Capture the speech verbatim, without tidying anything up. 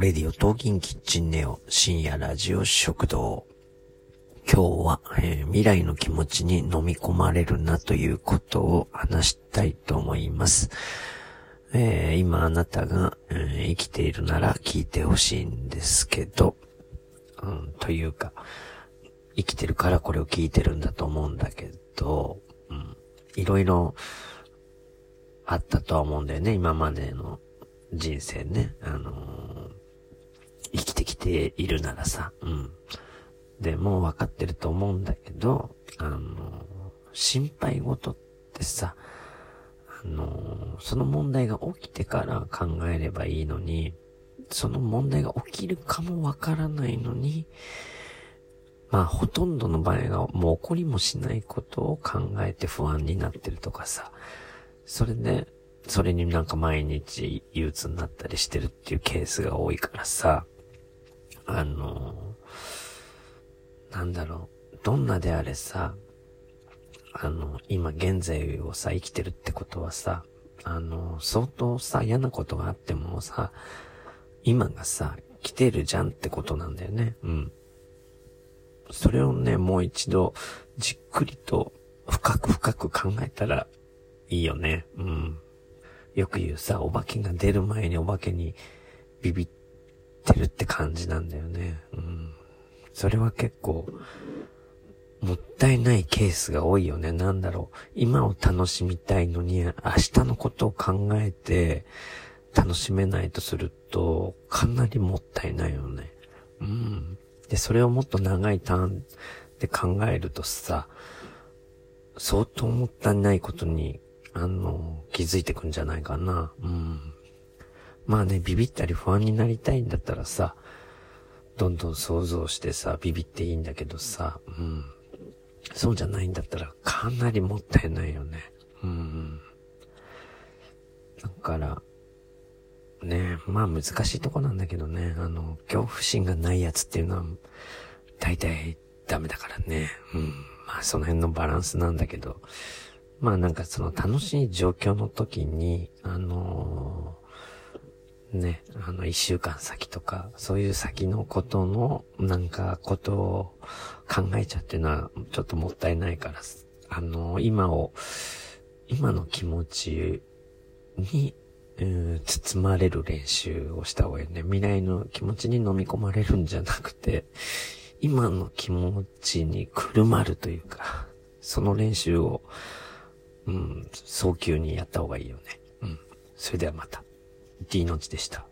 レディオトーキンキッチンネオ深夜ラジオ食堂。今日は、えー、未来の気持ちに飲み込まれるなということを話したいと思います。えー、今あなたが、えー、生きているなら聞いてほしいんですけど、うん、というか生きてるからこれを聞いてるんだと思うんだけど、うん、いろいろあったとは思うんだよね、今までの人生ね。あのー、生きてきているならさ、うん。でもう分かってると思うんだけど、あのー、心配事ってさ、あのー、その問題が起きてから考えればいいのに、その問題が起きるかも分からないのに、まあほとんどの場合がもう起こりもしないことを考えて不安になってるとかさ、それで、それになんか毎日憂鬱になったりしてるっていうケースが多いからさ、あのー、なんだろう、どんなであれさ、あの、今現在をさ、生きてるってことはさ、あの、相当さ、嫌なことがあってもさ、今がさ、来てるじゃんってことなんだよね。うん。それをね、もう一度、じっくりと、深く深く考えたら、いいよね。うん。よく言うさ、お化けが出る前にお化けにビビってるって感じなんだよね。うん。それは結構、もったいないケースが多いよね。なんだろう。今を楽しみたいのに、明日のことを考えて、楽しめないとすると、かなりもったいないよね。うん。で、それをもっと長い単で考えるとさ、相当もったいないことに、あの、気づいてくんじゃないかな。うん。まあね、ビビったり不安になりたいんだったらさ、どんどん想像してさ、ビビっていいんだけどさ、うん。そうじゃないんだったら、かなりもったいないよね。うん。だから、ね、まあ難しいとこなんだけどね、あの、恐怖心がないやつっていうのは、大体ダメだからね。うん。まあその辺のバランスなんだけど、まあなんかその楽しい状況の時に、あのー、ね、あの一週間先とか、そういう先のことの、なんかことを考えちゃっていうのはちょっともったいないから、あのー、今を、今の気持ちに、うん、包まれる練習をした方がいいね。未来の気持ちに飲み込まれるんじゃなくて、今の気持ちにくるまるというか、その練習を、うん、早急にやった方がいいよね。うん。それではまた。D のちでした。